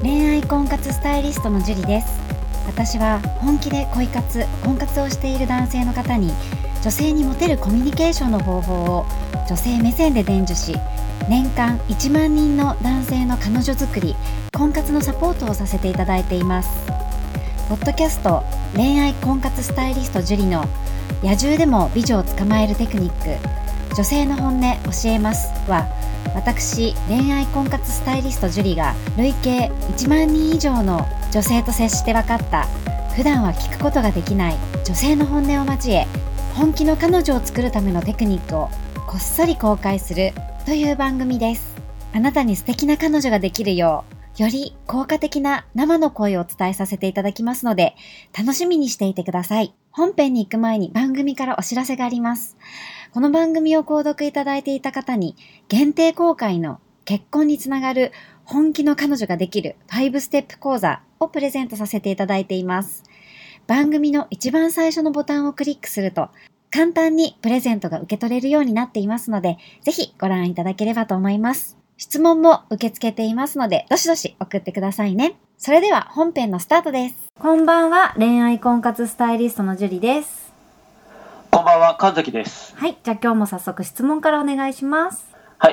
恋愛婚活スタイリストのジュリです。私は本気で婚活をしている男性の方に女性にモテるコミュニケーションの方法を女性目線で伝授し、年間1万人の男性の彼女作り、婚活のサポートをさせていただいています。ポッドキャスト恋愛婚活スタイリストジュリの野獣でも美女を捕まえるテクニック、女性の本音教えますは、私恋愛婚活スタイリストジュリが累計1万人以上の女性と接して分かった普段は聞くことができない女性の本音を交え、本気の彼女を作るためのテクニックをこっそり公開するという番組です。あなたに素敵な彼女ができるよう、より効果的な生の声をお伝えさせていただきますので、楽しみにしていてください。本編に行く前に番組からお知らせがあります。この番組を購読いただいていた方に限定公開の結婚につながる本気の彼女ができる5ステップ講座をプレゼントさせていただいています。番組の一番最初のボタンをクリックすると簡単にプレゼントが受け取れるようになっていますので、ぜひご覧いただければと思います。質問も受け付けていますので、どしどし送ってくださいね。それでは本編のスタートです。こんばんは、恋愛婚活スタイリストのジュリです。 こんばんは、神崎です。 はい、じゃあ今日も早速質問からお願いします。 はい、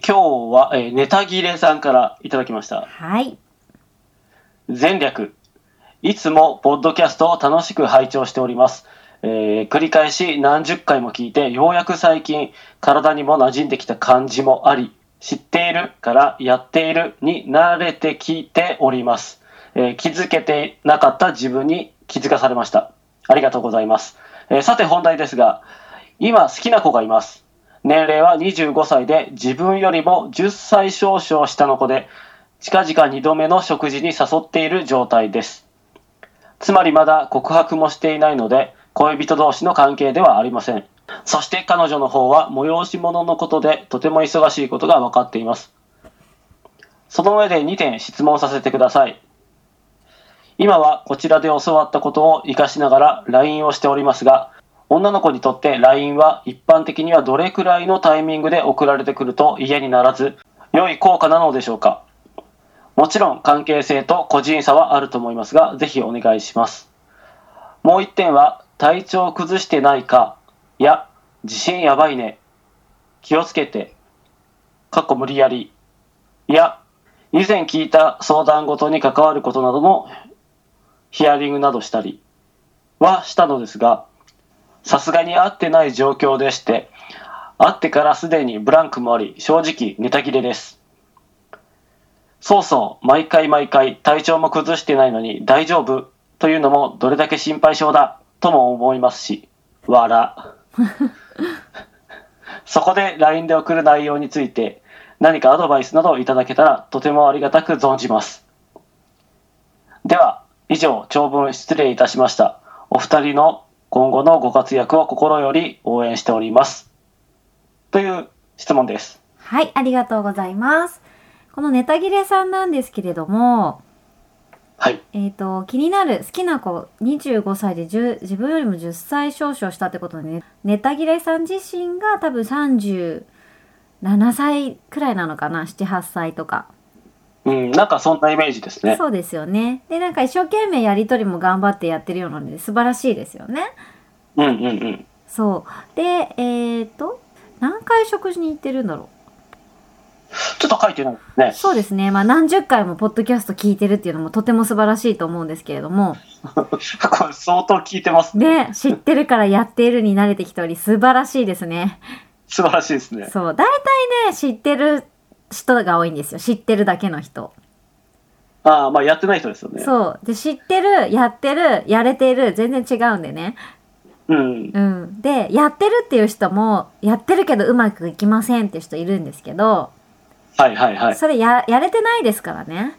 今日は、ネタ切れさんからいただきました。 はい。 前略。いつもポッドキャストを楽しく拝聴しております。繰り返し何十回も聞いて、ようやく最近体にも馴染んできた感じもあり、知っているからやっているに慣れてきております。気づけてなかった自分に気づかされました。ありがとうございます。さて本題ですが、今好きな子がいます。年齢は25歳で自分よりも10歳少々下の子で、近々2度目の食事に誘っている状態です。つまりまだ告白もしていないので、恋人同士の関係ではありません。そして彼女の方は催し物のことでとても忙しいことが分かっています。その上で2点質問させてください。今はこちらで教わったことを活かしながら LINE をしておりますが、女の子にとって LINE は一般的にはどれくらいのタイミングで送られてくると嫌にならず、良い効果なのでしょうか。もちろん関係性と個人差はあると思いますが、ぜひお願いします。もう一点は、体調崩してないかや、地震やばいね、気をつけて、無理やりや、以前聞いた相談事に関わることなどのヒアリングなどしたりはしたのですが、さすがに会ってない状況でして、会ってからすでにブランクもあり、正直ネタ切れです。そうそう、毎回体調も崩してないのに大丈夫というのもどれだけ心配性だとも思いますし、そこで LINE で送る内容について何かアドバイスなどいただけたらとてもありがたく存じます。では以上、長文失礼いたしました。お二人の今後のご活躍を心より応援しておりますという質問です。 はい、ありがとうございます。このネタ切れさんなんですけれども、 はい。 気になる好きな子25歳で自分よりも10歳少々したってことでね、ネタ切れさん自身が多分37歳くらいなのかな、7、8歳とか。 なんかそんなイメージですね。 そうですよね。で、なんか一生懸命やりとりも頑張ってやってるようなので素晴らしいですよね。そう。で、何回食事に行ってるんだろう。 ちょっと書いてないですね。 そうですね。まあ何十回もポッドキャスト聞いてるっていうのもとても素晴らしいと思うんですけれども。 これ相当聞いてますね。 ね、知ってるからやっているに慣れてきており、素晴らしいですね。 素晴らしいですね。 そう、大体ね、知ってる人が多いんですよ。知ってるだけの人。 まあやってない人ですよね。 そう。で、知ってる、やってる、やれてる、全然違うんでね。で、やってるっていう人も、やってるけどうまくいきませんっていう人いるんですけど、それやれてないですからね。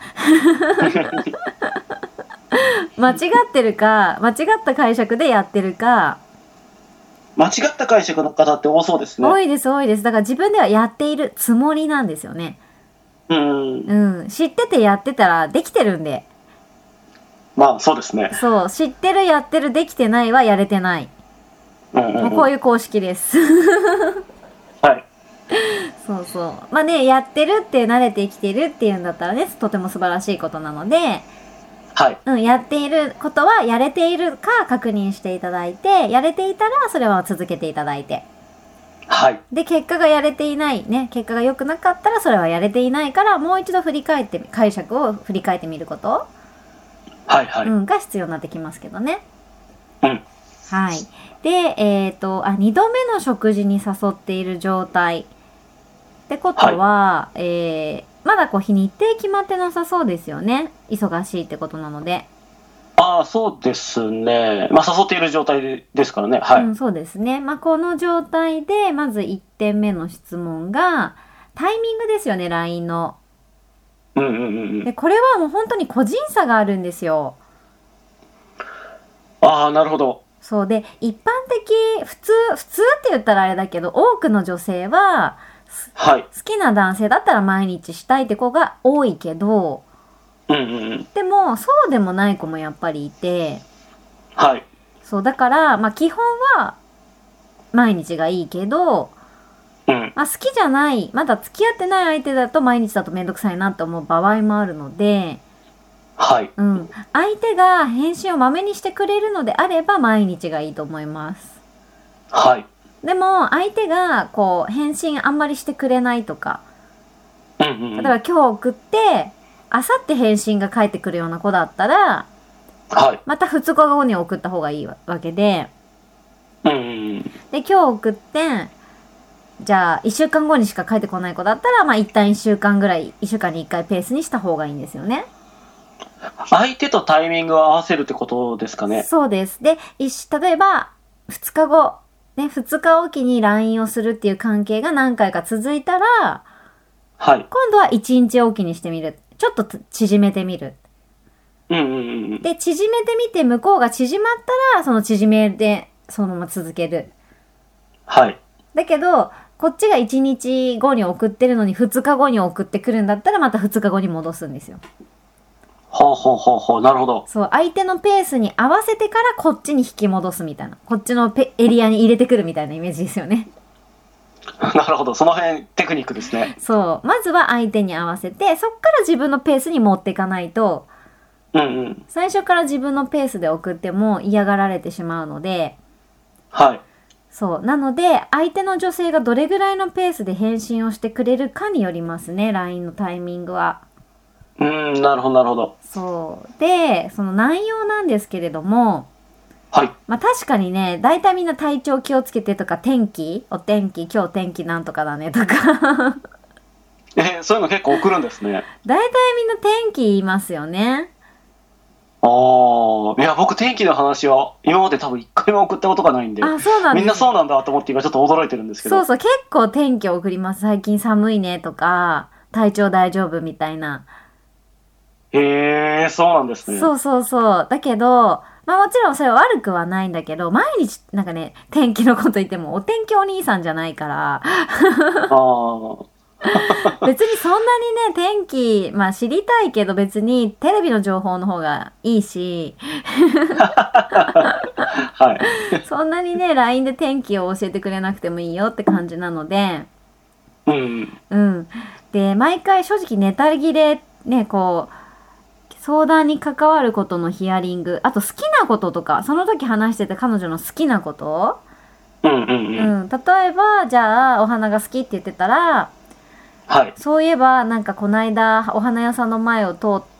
間違ってるか、間違った解釈でやってるか。 間違った解釈の方って多そうですね。 多いです。だから自分ではやっているつもりなんですよね。知っててやってたらできてるんで。 まあそうですね。 そう、知ってる、やってる、できてないはやれてない。もうこういう公式です。 はい。 そうそう。まあね、やってるって慣れて生きてるっていうんだったらね、とても素晴らしいことなので、 はい。 やっていることはやれているか確認していただいて、やれていたらそれは続けていただいて。 はい。 で、結果がやれていない、ね、結果が良くなかったらそれはやれていないから、もう一度振り返って、解釈を振り返ってみること、 はいはい。 が必要になってきますけどね。 うん。 はい。で、2度目の食事に誘っている状態。ってことは、まだこう日に程決まってなさそうですよね。忙しいってことなので。 ああ、そうですね。まあ、誘っている状態ですからね。はい。 そうですね。まあ、この状態で、まず1点目の質問が、タイミングですよね、LINE の。 うんうんうんうん。 で、これはもう本当に個人差があるんですよ。 ああ、なるほど。 そうで、一般的、普通って言ったらあれだけど、多くの女性は、 はい。 好きな男性だったら毎日したいって子が多いけど、 うんうんうん。 でも、そうでもない子もやっぱりいて、 はい。 そう、だから、まあ基本は毎日がいいけど、 うん。 まあ好きじゃない、まだ付き合ってない相手だと毎日だとめんどくさいなって思う場合もあるので、 はい。 相手が返信をまめにしてくれるのであれば毎日がいいと思います。 はい。 でも、相手がこう、返信あんまりしてくれないとか、 うんうんうん。 例えば今日送って、明後日返信が返ってくるような子だったら、 はい。 また2日後に送った方がいいわけで、 うんうんうん。 で、今日送って、じゃあ1週間後にしか返ってこない子だったら、まあ一旦1週間ぐらい、1週間に1回ペースにした方がいいんですよね。 相手とタイミングを合わせるってことですかね。 そうです。で、例えば、2日後、ね、2日おきに LINE をするっていう関係が何回か続いたら、 はい。 今度は1日おきにしてみる。ちょっと縮めてみる。 うんうんうん。 で、縮めてみて向こうが縮まったら、その縮めでそのまま続ける。 はい。 だけど、こっちが1日後に送ってるのに2日後に送ってくるんだったらまた2日後に戻すんですよ。 ほうほうほうほう。なるほど。 そう、相手のペースに合わせてからこっちに引き戻すみたいな。こっちのエリアに入れてくるみたいなイメージですよね。 なるほど。その辺テクニックですね。 そう。まずは相手に合わせて、そっから自分のペースに持っていかないと、 うんうん。 最初から自分のペースで送っても嫌がられてしまうので、 はい。 そう。なので、相手の女性がどれぐらいのペースで返信をしてくれるかによりますね、LINE のタイミングは。 なるほどなるほど。 そう。で、その内容なんですけれども、 はい。 まあ確かにね、大体みんな体調気をつけてとか、お天気、今日天気なんとかだねとか。 そういうの結構送るんですね。 大体みんな天気言いますよね。 ああ、いや、僕天気の話は今まで多分一回も送ったことがないんで、 あ、そうなんです。 みんなそうなんだと思って今ちょっと驚いてるんですけど。 そうそう、結構天気を送ります。最近寒いねとか、体調大丈夫みたいな。 へえ、そうなんですね。 そうそうそう。だけど、まあもちろんそれは悪くはないんだけど、毎日なんかね、天気のこと言ってもお天気お兄さんじゃないから、 ああ。 別にそんなにね、天気、まあ知りたいけど別にテレビの情報の方がいいし、 はい。 そんなにね、LINE で天気を教えてくれなくてもいいよって感じなので、 うん。 で、毎回正直ネタ切れ、ね、こう、相談に関わることのヒアリング、あと好きなこととか、その時話してた彼女の好きなこと、 うんうんうん。 例えば、じゃあ、お花が好きって言ってたら、 はい。 そういえば、なんかこの間、お花屋さんの前を通って、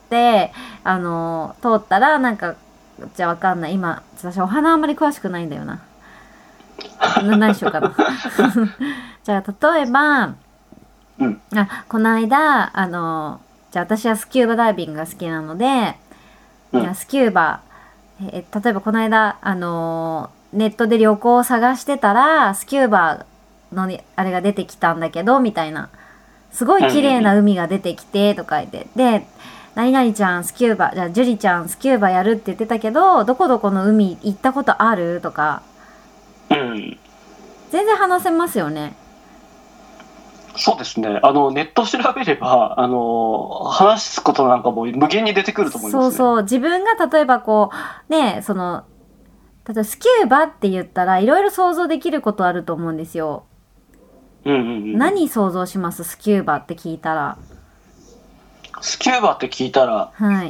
通ったら、なんか、じゃあわかんない。今、私お花あんまり詳しくないんだよな。何しようかな。じゃあ、例えば、この間、じゃあ私はスキューバダイビングが好きなので、じゃあスキューバ、例えばこの間、ネットで旅行を探してたら、スキューバのあれが出てきたんだけど、みたいな。すごい綺麗な海が出てきて、とか言って。で、何々ちゃんスキューバ、じゃあジュリちゃんスキューバやるって言ってたけど、どこどこの海行ったことあるとか。全然話せますよね。 そうですね。ネット調べれば、話すことなんかも無限に出てくると思いますね。 そうそう。自分が例えばこう、ね、例えばスキューバって言ったらいろいろ想像できることあると思うんですよ。 うんうんうん。 何想像します？スキューバって聞いたら。 スキューバって聞いたら、 はい。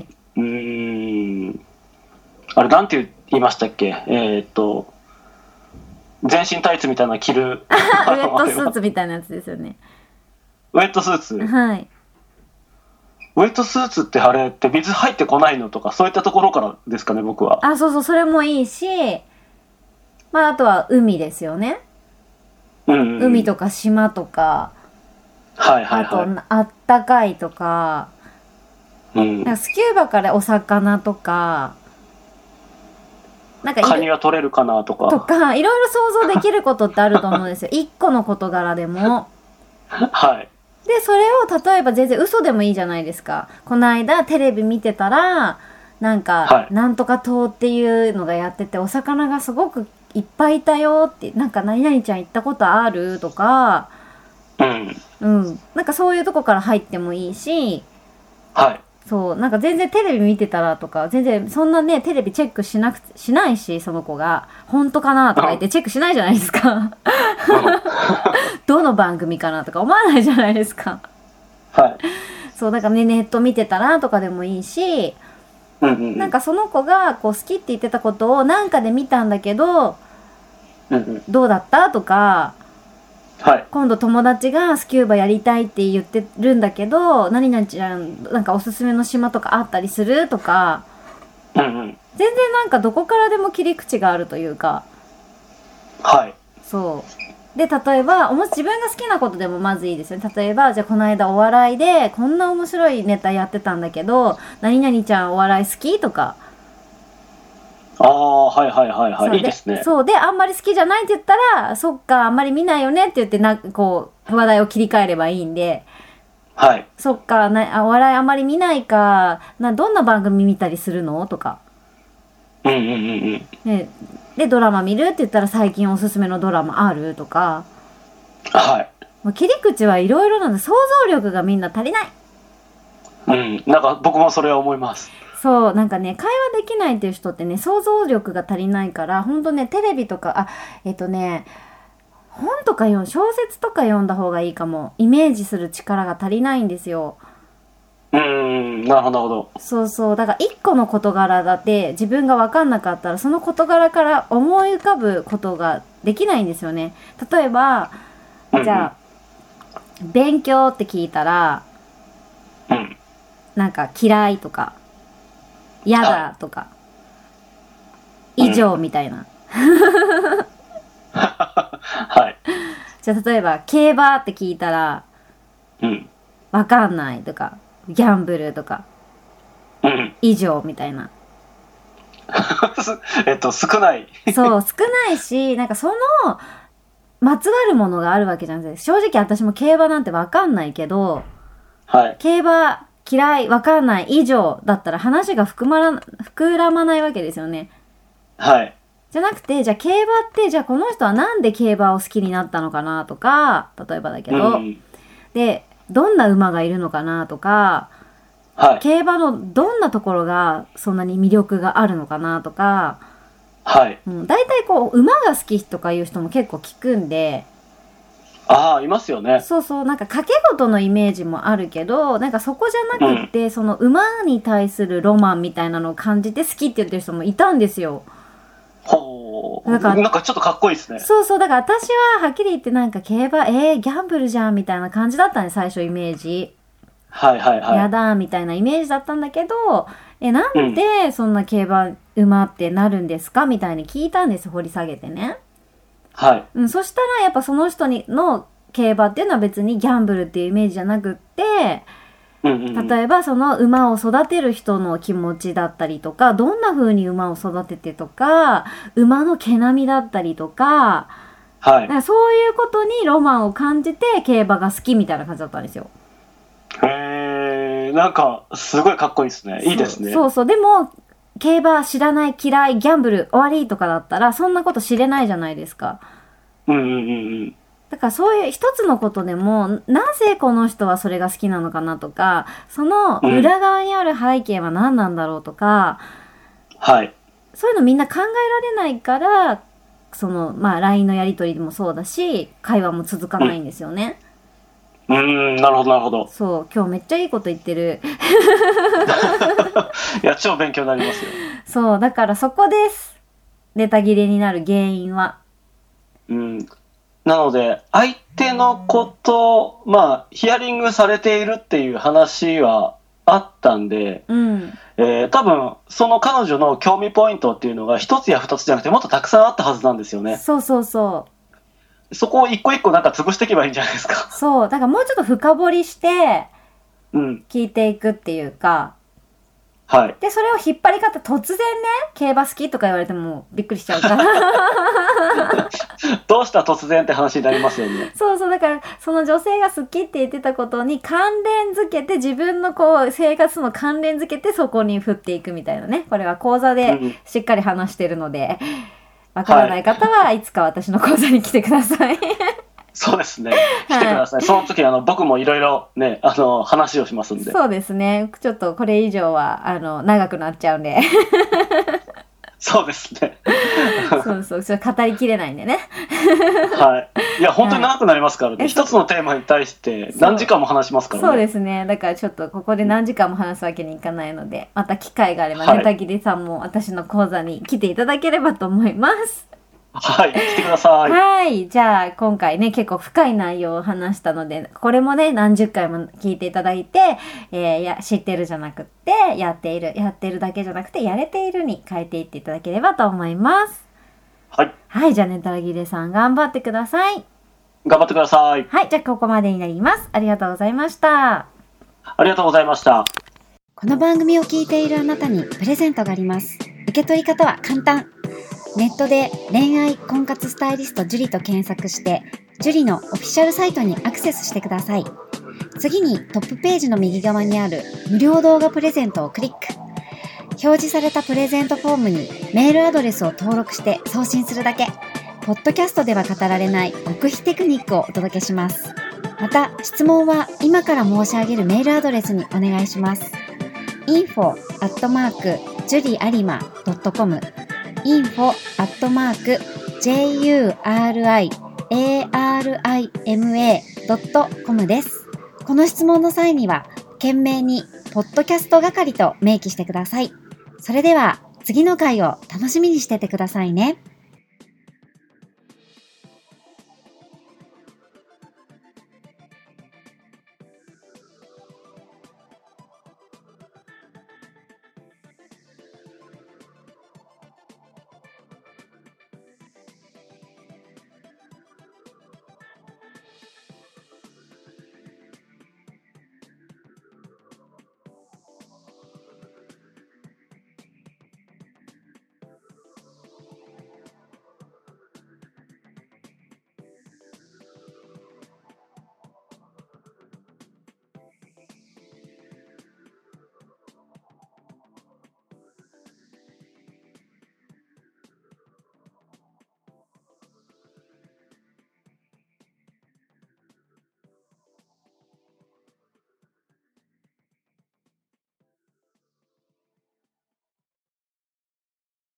あれなんて言いましたっけ？全身タイツみたいなの着る。 ウェットスーツみたいなやつですよね。 ウェットスーツ。 はい。 ウェットスーツってあれって水入ってこないのとか、そういったところからですかね、僕は。 あ、そうそう、それもいいし、まあ、あとは海ですよね。 うんうん、 海とか島とか、 はいはいあと、 はい。 あったかいとか、 うん、 なんかスキューバからお魚とか、なんかカニは取れるかなとか。 いろいろ想像できることってあると思うんですよ。一個の事柄でも。 はい。 で、それを例えば全然嘘でもいいじゃないですか。この間テレビ見てたら、なんか、 はい。 なんとか島っていうのがやってて、お魚がすごくいっぱいいたよって、なんか何々ちゃん行ったことあるとか、 うん。 うん。なんかそういうとこから入ってもいいし、 はい。 そう、なんか全然テレビ見てたらとか、全然そんなね、テレビチェックしないし、その子が、本当かなとか言ってチェックしないじゃないですか。どの番組かなとか思わないじゃないですか。 はい。 そう、だからね、ネット見てたらとかでもいいし、 うんうんうん。 なんかその子がこう好きって言ってたことをなんかで見たんだけど、 うんうん。 どうだったとか、 はい。 今度友達がスキューバやりたいって言ってるんだけど、何々ちゃん、なんかおすすめの島とかあったりするとか、 うんうん。 全然なんかどこからでも切り口があるというか、 はい。 そう。で、例えば、自分が好きなことでもまずいいですよね。例えば、じゃあこの間お笑いで、こんな面白いネタやってたんだけど、何々ちゃんお笑い好きとか。 ああ、はいはいはいはい。 そういいですね。 そうで、あんまり好きじゃないって言ったら、そっか、あんまり見ないよねって言って、こう、話題を切り替えればいいんで、 はい。 そっか、お笑いあんまり見ないか、どんな番組見たりするのとか。 うんうんうんうん。 ね、で、ドラマ見るって言ったら最近おすすめのドラマあるとか。 はい。 もう切り口はいろいろなんで、想像力がみんな足りない。 うん。なんか僕もそれは思います。 そう、なんかね、会話できないっていう人ってね、想像力が足りないから、ほんとね、テレビとか、本とか小説とか読んだ方がいいかも。イメージする力が足りないんですよ。 なるほどなるほど。 そうそう。だから一個の事柄だって自分が分かんなかったら、その事柄から思い浮かぶことができないんですよね。例えば、 うんうん。 じゃあ、勉強って聞いたら、 うん。 なんか嫌いとか、嫌だとか、 い以上みたいな。 はい。 じゃあ例えば、競馬って聞いたら、 うん。 わかんないとか、ギャンブルとか、 うん。 以上みたいな。 少ない。 そう、少ないし、なんかその、まつわるものがあるわけじゃないですか。正直私も競馬なんてわかんないけど、 はい。 競馬嫌い、わかんない、以上だったら話が膨らまないわけですよね。 はい。 じゃなくて、じゃあ競馬って、じゃあこの人はなんで競馬を好きになったのかなとか、例えばだけど、 うん。 で、どんな馬がいるのかなとか、 はい。 競馬のどんなところがそんなに魅力があるのかなとか、 はい。 大体こう、馬が好きとかいう人も結構聞くんで、 ああ、いますよね。 そうそう、なんか賭け事のイメージもあるけど、なんかそこじゃなくって、その馬に対するロマンみたいなのを感じて好きって言ってる人もいたんですよ。 ほう。 だからなんかちょっとかっこいいですね。 そうそう、だから私ははっきり言ってなんか競馬、ギャンブルじゃんみたいな感じだったね、最初イメージ。 はいはいはい。 やだみたいなイメージだったんだけど、なうんんでそんな競馬馬ってなるんですかみたいに聞いたんです、掘り下げてね。 はい。 そしたらやっぱその人の競馬っていうのは別にギャンブルっていうイメージじゃなくって、 うんうんうん。 例えばその馬を育てる人の気持ちだったりとか、どんな風に馬を育ててとか、馬の毛並みだったりとか、 はい。 なんかそういうことにロマンを感じて競馬が好きみたいな感じだったんですよ。 へえ、なんかすごいかっこいいですね。いいですね。 そうそう。でも、競馬知らない、嫌い、ギャンブル終わりとかだったら、そんなこと知れないじゃないですか。 うんうんうんうん。 だからそういう一つのことでも、なぜこの人はそれが好きなのかなとか、その裏側にある背景は何なんだろうとか、 はい。 そういうのみんな考えられないから、 LINE のやり取りもそうだし、会話も続かないんですよね。 なるほどなるほど。 そう、今日めっちゃいいこと言ってる。 いや、超勉強になりますよ。 そう、だからそこです。ネタ切れになる原因は。 なので、相手のことを、ヒアリングされているっていう話はあったんで、多分、その彼女の興味ポイントっていうのが一つや二つじゃなくてもっとたくさんあったはずなんですよね。 そうそうそう。 そこを一個一個なんか潰していけばいいんじゃないですか。 そう、だからもうちょっと深掘りして、聞いていくっていうか、 はい。 で、それを引っ張り方、突然ね、競馬好きとか言われてもびっくりしちゃうから。 どうした突然って話になりますよね。 そうそう、だから、その女性が好きって言ってたことに関連づけて、自分の生活の関連づけてそこに振っていくみたいなね。これは講座でしっかり話してるので、わからない方はいつか私の講座に来てください。 そうですね。来てください。その時僕もいろいろね、話をしますんで。 そうですね。ちょっとこれ以上は、長くなっちゃうんで。 そうですね。 そうそう、それ語りきれないんでね。 はい。いや、本当に長くなりますからね。一つのテーマに対して何時間も話しますからね。 そうですね。だからちょっとここで何時間も話すわけにいかないので、また機会があれば、ネタ切りさんも私の講座に来ていただければと思います。 はい、来てください。 はい。じゃあ、今回ね、結構深い内容を話したので、これもね、何十回も聞いていただいて、知ってるじゃなくって、やってるだけじゃなくて、やれているに変えていっていただければと思います。 はい。 はい。じゃあ、ネタ切れさん、頑張ってください。 頑張ってください。 はい。じゃあ、ここまでになります。ありがとうございました。 ありがとうございました。 この番組を聞いているあなたにプレゼントがあります。受け取り方は簡単。ネットで恋愛婚活スタイリスト樹と検索して、樹のオフィシャルサイトにアクセスしてください。次にトップページの右側にある無料動画プレゼントをクリック。表示されたプレゼントフォームにメールアドレスを登録して送信するだけ。ポッドキャストでは語られない極秘テクニックをお届けします。また、質問は今から申し上げるメールアドレスにお願いします。info@juriarima.com info@juriarima.com です。この質問の際には、懸命にポッドキャスト係と明記してください。それでは、次の回を楽しみにしててくださいね。